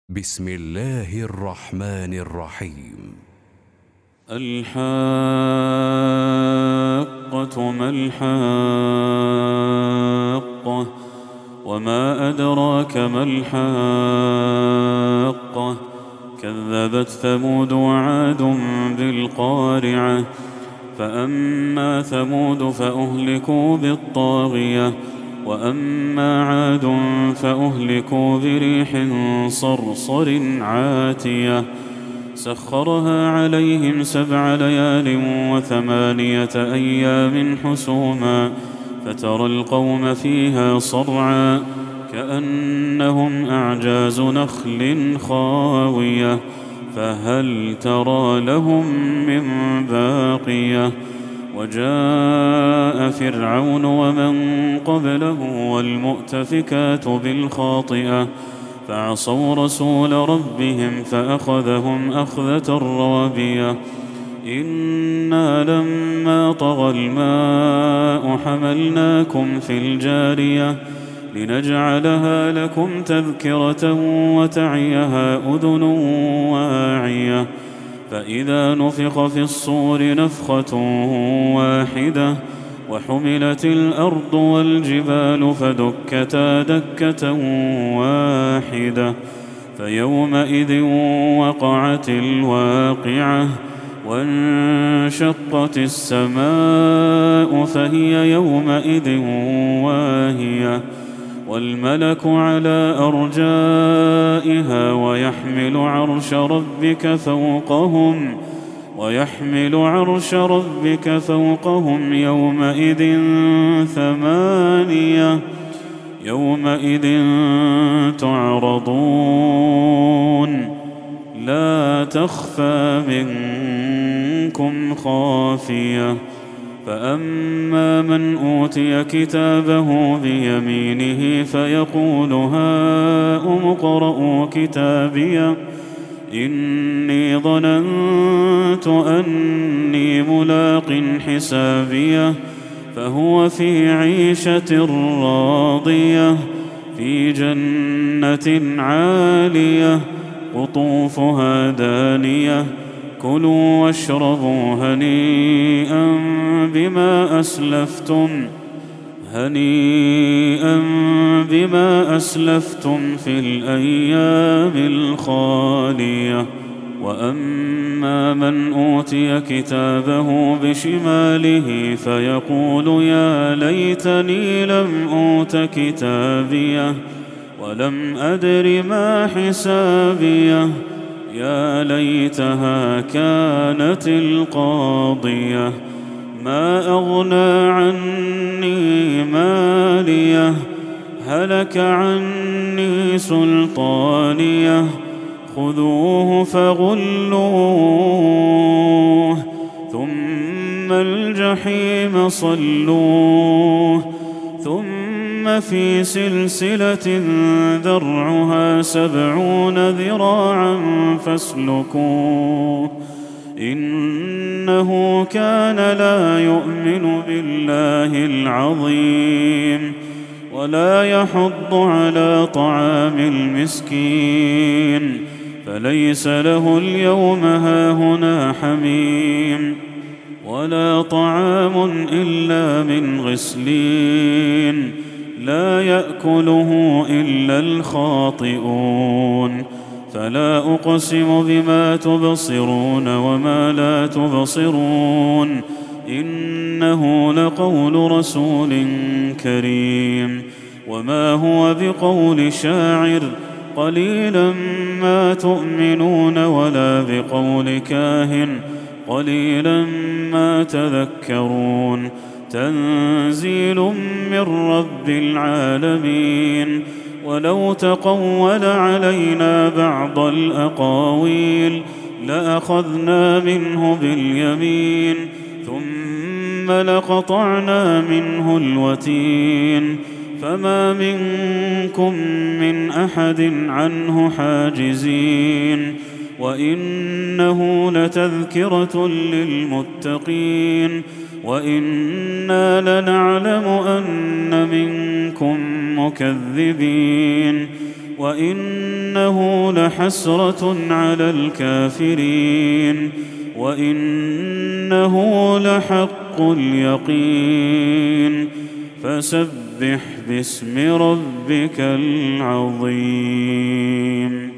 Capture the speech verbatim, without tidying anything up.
بسم الله الرحمن الرحيم. الحاقة ما الحاقة وما أدراك ما الحاقة كذبت ثمود وعاد بالقارعة فأما ثمود فأهلكوا بالطاغية وأما عاد فأهلكوا بريح صرصر عاتية سخرها عليهم سبع ليال وثمانية أيام حسوما فترى القوم فيها صرعا كأنهم أعجاز نخل خاوية فهل ترى لهم من باقية وجاء فرعون ومن قبله والمؤتفكات بالخاطئة فعصوا رسول ربهم فأخذهم أخذة رابية إنا لما طغى الماء حملناكم في الجارية لنجعلها لكم تذكرة وتعيها أذن واعية فإذا نفخ في الصور نفخة واحدة وحملت الأرض والجبال فدكتا دكة واحدة فيومئذ وقعت الواقعة وانشقت السماء فهي يومئذ واهية والملك على أرجائها ويحمل عرش ربك فوقهم ويحمل عرش ربك فوقهم يومئذ ثمانية يومئذ تعرضون لا تخفى منكم خافية فأما من أوتي كتابه بيمينه فيقول هاؤم اقرءوا كتابيه إني ظننت أني ملاق حسابيه فهو في عيشة راضية في جنة عالية قطوفها دانية كلوا واشربوا هنيئا بما أسلفتم هنيئا بما أسلفتم في الأيام الخالية وأما من أوتي كتابه بشماله فيقول يا ليتني لم أوت كتابيه ولم أدر ما حسابيه يا ليتها كانت القاضية ما أغنى عني ماليه هلك عني سلطانيه خذوه فغلوه ثم الجحيم صلوه ثم في سلسلة ذرعها سبعون ذراعا فاسلكوه إنه كان لا يؤمن بالله العظيم ولا يحض على طعام المسكين فليس له اليوم هاهنا حميم ولا طعام إلا من غسلين لا يأكله إلا الخاطئون فلا أقسم بما تبصرون وما لا تبصرون إنه لقول رسول كريم وما هو بقول شاعر قليلا ما تؤمنون ولا بقول كاهن قليلا ما تذكرون تنزيل من رب العالمين ولو تقول علينا بعض الأقاويل لأخذنا منه باليمين ثم لقطعنا منه الوتين فما منكم من أحد عنه حاجزين وإنه لتذكرة للمتقين وإنا لنعلم أن منكم مكذبين وإنه لحسرة على الكافرين وإنه لحق اليقين فسبح باسم ربك العظيم.